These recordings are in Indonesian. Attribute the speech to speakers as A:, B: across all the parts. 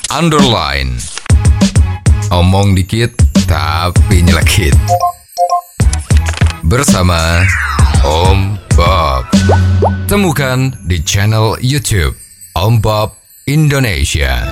A: underline. Omong dikit tapi nyelekit. Bersama Om Bob. Temukan di channel YouTube Om Bob Indonesia.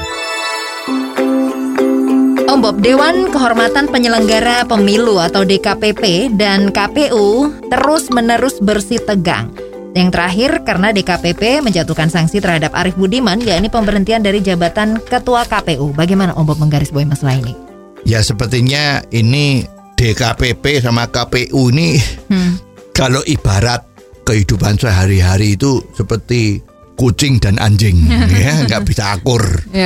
B: Om Bob, Dewan Kehormatan Penyelenggara Pemilu atau DKPP dan KPU terus-menerus bersitegang. Yang terakhir karena DKPP menjatuhkan sanksi terhadap Arief Budiman, yakni pemberhentian dari jabatan Ketua KPU. Bagaimana Om Bob menggarisbawahi masalah ini?
C: Ya sepertinya ini DKPP sama KPU ini kalau ibarat kehidupan sehari-hari itu seperti kucing dan anjing, ya nggak bisa akur.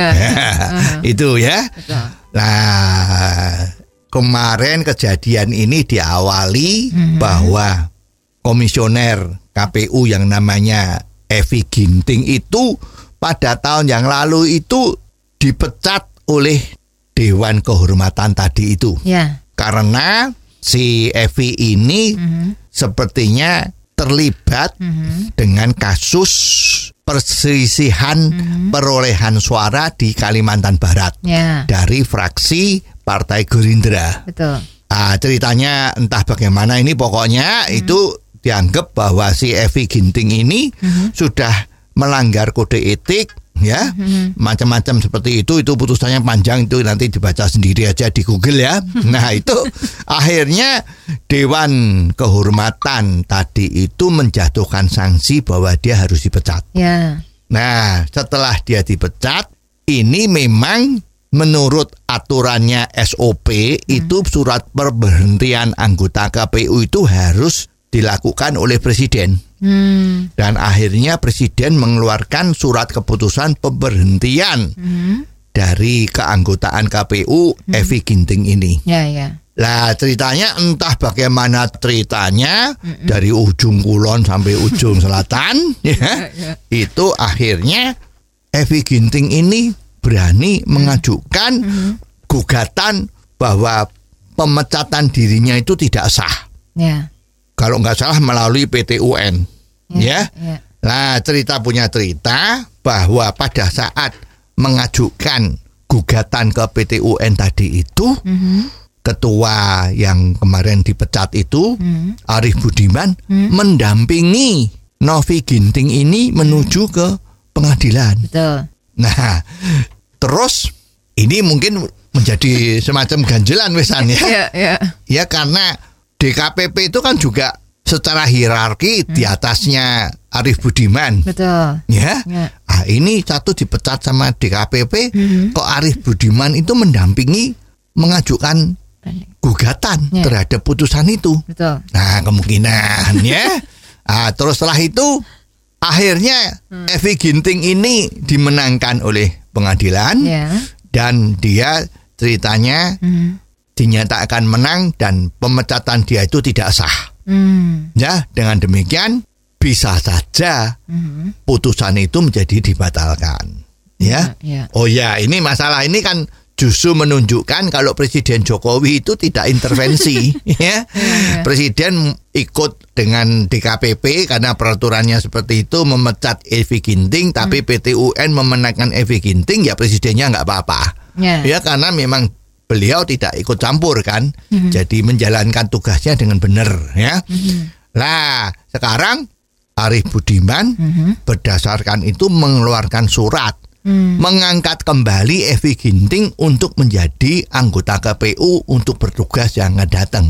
C: Itu ya. Betul. Nah, kemarin kejadian ini diawali bahwa komisioner KPU yang namanya Evi Ginting itu pada tahun yang lalu itu dipecat oleh Dewan Kehormatan tadi itu. Karena si Evi ini sepertinya terlibat dengan kasus perselisihan perolehan suara di Kalimantan Barat dari fraksi Partai Gerindra.
B: Betul.
C: Ceritanya entah bagaimana ini pokoknya itu dianggap bahwa si Evi Ginting ini sudah melanggar kode etik, ya, macam-macam seperti itu putusannya panjang, itu nanti dibaca sendiri aja di Google ya. Nah itu akhirnya Dewan Kehormatan tadi itu menjatuhkan sanksi bahwa dia harus dipecat. Nah setelah dia dipecat, ini memang menurut aturannya SOP itu surat pemberhentian anggota KPU itu harus dilakukan oleh Presiden. Dan akhirnya Presiden mengeluarkan surat keputusan pemberhentian dari keanggotaan KPU Evi Ginting ini. Lah ceritanya entah bagaimana ceritanya dari ujung kulon sampai ujung selatan itu akhirnya Evi Ginting ini berani mengajukan gugatan bahwa pemecatan dirinya itu tidak sah. Kalau nggak salah melalui PT UN. Nah cerita bahwa pada saat mengajukan gugatan ke PT UN tadi itu ketua yang kemarin dipecat itu Arief Budiman mendampingi Novi Ginting ini menuju ke pengadilan.
B: Betul.
C: Nah terus ini mungkin menjadi semacam ganjelan wesan ya. Ya karena DKPP itu kan juga secara hierarki di atasnya Arief Budiman.
B: Betul.
C: Nah, ini satu dipecat sama DKPP, kok Arief Budiman itu mendampingi mengajukan gugatan terhadap putusan itu.
B: Betul.
C: Nah, kemungkinan ya. Nah, terus setelah itu akhirnya Evi Ginting ini dimenangkan oleh pengadilan dan dia ceritanya dinyatakan menang dan pemecatan dia itu tidak sah. Ya, dengan demikian bisa saja putusan itu menjadi dibatalkan. Oh ya, ini masalah ini kan justru menunjukkan kalau Presiden Jokowi itu tidak intervensi. Presiden ikut dengan DKPP karena peraturannya seperti itu memecat Evi Ginting, tapi PT UN memenangkan Evi Ginting, ya presidennya nggak apa-apa. Ya karena memang beliau tidak ikut campur kan, jadi menjalankan tugasnya dengan benar ya. Nah sekarang Arief Budiman berdasarkan itu mengeluarkan surat mengangkat kembali Evi Ginting untuk menjadi anggota KPU untuk bertugas yang akan datang.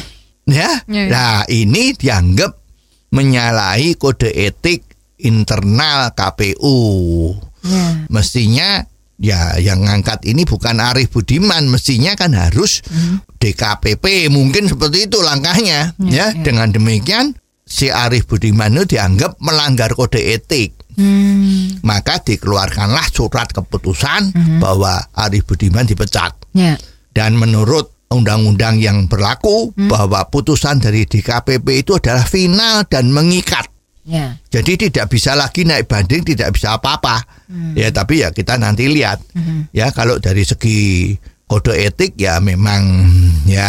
C: Nah ini dianggap menyalahi kode etik internal KPU. Mestinya ya yang ngangkat ini bukan Arief Budiman, mestinya kan harus DKPP, mungkin seperti itu langkahnya. Dengan demikian si Arief Budiman itu dianggap melanggar kode etik. Maka dikeluarkanlah surat keputusan bahwa Arief Budiman dipecat. Dan menurut undang-undang yang berlaku bahwa putusan dari DKPP itu adalah final dan mengikat. Jadi tidak bisa lagi naik banding, tidak bisa apa-apa. Ya tapi ya kita nanti lihat. Ya kalau dari segi kode etik ya memang ya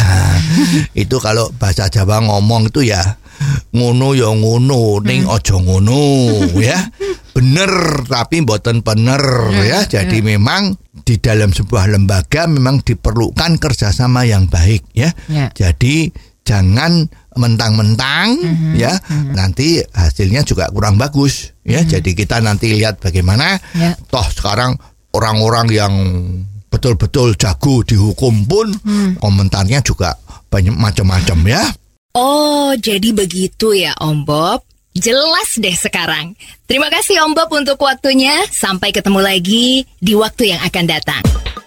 C: itu kalau bahasa Jawa ngomong itu ya ngono ya ngono ning aja ngono ya. bener tapi mboten bener ya. Jadi memang di dalam sebuah lembaga memang diperlukan kerjasama yang baik ya. Jadi jangan mentang-mentang ya nanti hasilnya juga kurang bagus ya. Jadi kita nanti lihat bagaimana toh sekarang orang-orang yang betul-betul jago dihukum pun komentarnya juga banyak macam-macam ya.
D: Oh, jadi begitu ya Om Bob. Jelas deh sekarang. Terima kasih Om Bob untuk waktunya. Sampai ketemu lagi di waktu yang akan datang.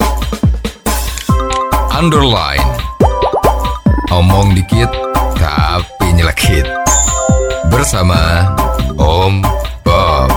A: Underline. Omong dikit tapi nyelekit. Bersama Om Bob.